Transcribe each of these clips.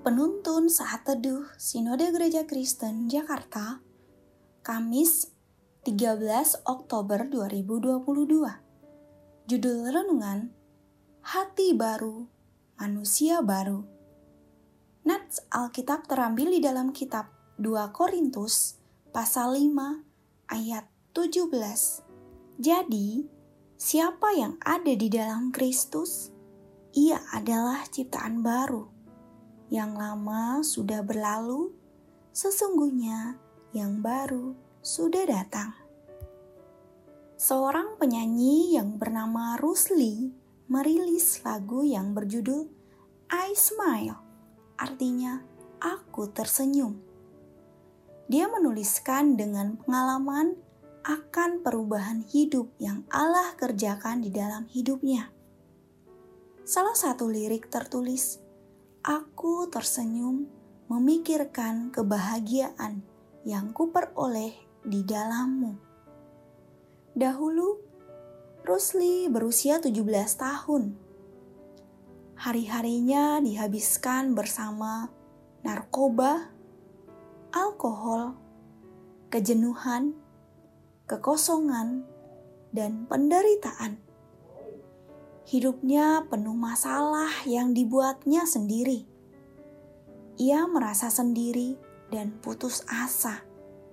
Penuntun Saat Teduh Sinode Gereja Kristen Jakarta, Kamis 13 Oktober 2022. Judul renungan, Hati Baru, Manusia Baru. Nats Alkitab terambil di dalam kitab 2 Korintus pasal 5 ayat 17. Jadi, siapa yang ada di dalam Kristus, ia adalah ciptaan baru. Yang lama sudah berlalu, sesungguhnya yang baru sudah datang. Seorang penyanyi yang bernama Rusli merilis lagu yang berjudul I Smile, artinya aku tersenyum. Dia menuliskan dengan pengalaman akan perubahan hidup yang Allah kerjakan di dalam hidupnya. Salah satu lirik tertulis, aku tersenyum memikirkan kebahagiaan yang kuperoleh di dalammu. Dahulu, Rusli berusia 17 tahun. Hari-harinya dihabiskan bersama narkoba, alkohol, kejenuhan, kekosongan, dan penderitaan. Hidupnya penuh masalah yang dibuatnya sendiri. Ia merasa sendiri dan putus asa.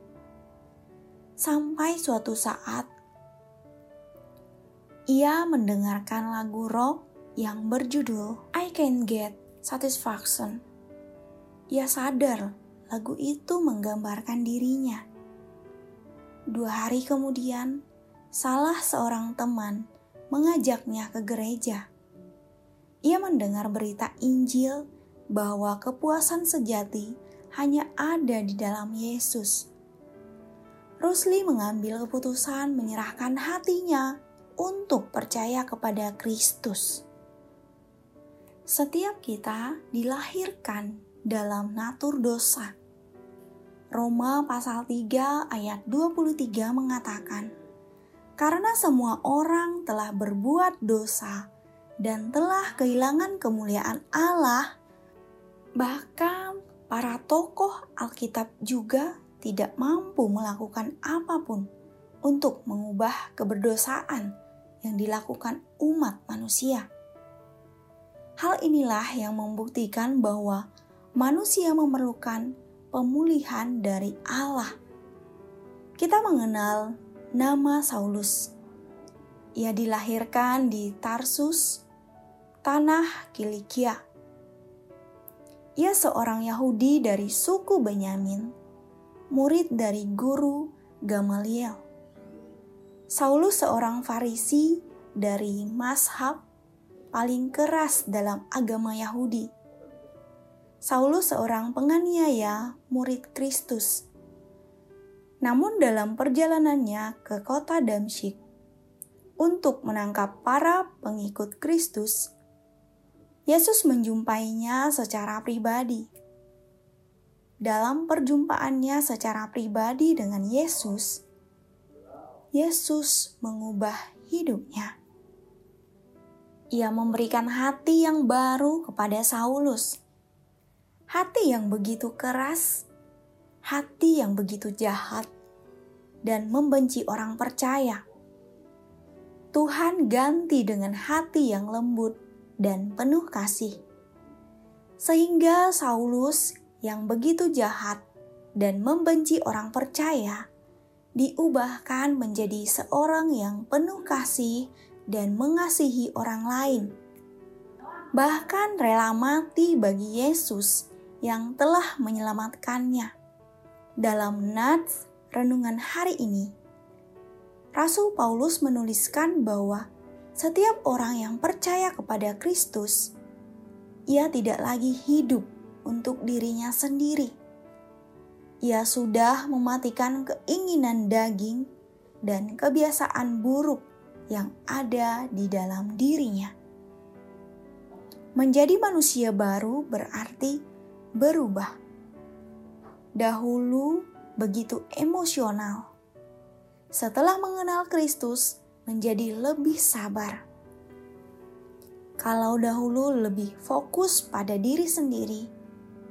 Sampai suatu saat, ia mendengarkan lagu rock yang berjudul I Can't Get Satisfaction. Ia sadar lagu itu menggambarkan dirinya. 2 hari kemudian, salah seorang teman mengajaknya ke gereja. Ia mendengar berita Injil bahwa kepuasan sejati hanya ada di dalam Yesus. Rusli mengambil keputusan menyerahkan hatinya untuk percaya kepada Kristus. Setiap kita dilahirkan dalam natur dosa. Roma pasal 3 ayat 23 mengatakan, karena semua orang telah berbuat dosa dan telah kehilangan kemuliaan Allah, bahkan para tokoh Alkitab juga tidak mampu melakukan apapun untuk mengubah keberdosaan yang dilakukan umat manusia. Hal inilah yang membuktikan bahwa manusia memerlukan pemulihan dari Allah. Kita mengenal nama Saulus. Ia dilahirkan di Tarsus, tanah Kilikia. Ia seorang Yahudi dari suku Benyamin, murid dari guru Gamaliel. Saulus seorang Farisi dari mazhab paling keras dalam agama Yahudi. Saulus seorang penganiaya murid Kristus. Namun dalam perjalanannya ke kota Damsyik untuk menangkap para pengikut Kristus, Yesus menjumpainya secara pribadi. Dalam perjumpaannya secara pribadi dengan Yesus, Yesus mengubah hidupnya. Ia memberikan hati yang baru kepada Saulus. Hati yang begitu keras, hati yang begitu jahat, dan membenci orang percaya. Tuhan ganti dengan hati yang lembut dan penuh kasih. Sehingga Saulus yang begitu jahat dan membenci orang percaya, diubahkan menjadi seorang yang penuh kasih dan mengasihi orang lain. Bahkan rela mati bagi Yesus yang telah menyelamatkannya. Dalam nats renungan hari ini, Rasul Paulus menuliskan bahwa setiap orang yang percaya kepada Kristus, ia tidak lagi hidup untuk dirinya sendiri. Ia sudah mematikan keinginan daging dan kebiasaan buruk yang ada di dalam dirinya. Menjadi manusia baru berarti berubah. Dahulu begitu emosional. Setelah mengenal Kristus, menjadi lebih sabar. Kalau dahulu lebih fokus pada diri sendiri,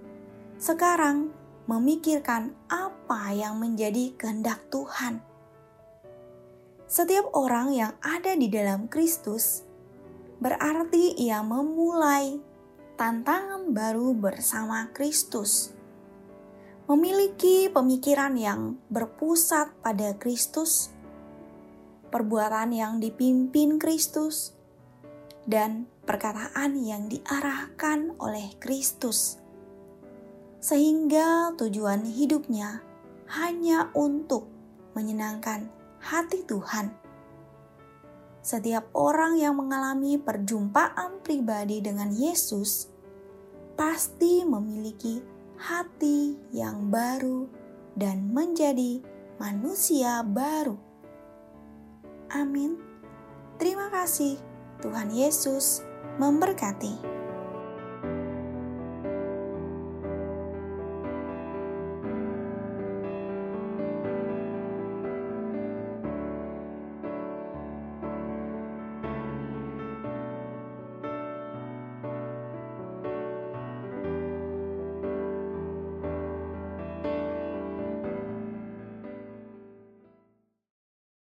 sekarang memikirkan apa yang menjadi kehendak Tuhan. Setiap orang yang ada di dalam Kristus berarti ia memulai tantangan baru bersama Kristus. Memiliki pemikiran yang berpusat pada Kristus, perbuatan yang dipimpin Kristus, dan perkataan yang diarahkan oleh Kristus. Sehingga tujuan hidupnya hanya untuk menyenangkan hati Tuhan. Setiap orang yang mengalami perjumpaan pribadi dengan Yesus pasti memiliki hati yang baru dan menjadi manusia baru. Amin. Terima kasih. Tuhan Yesus memberkati.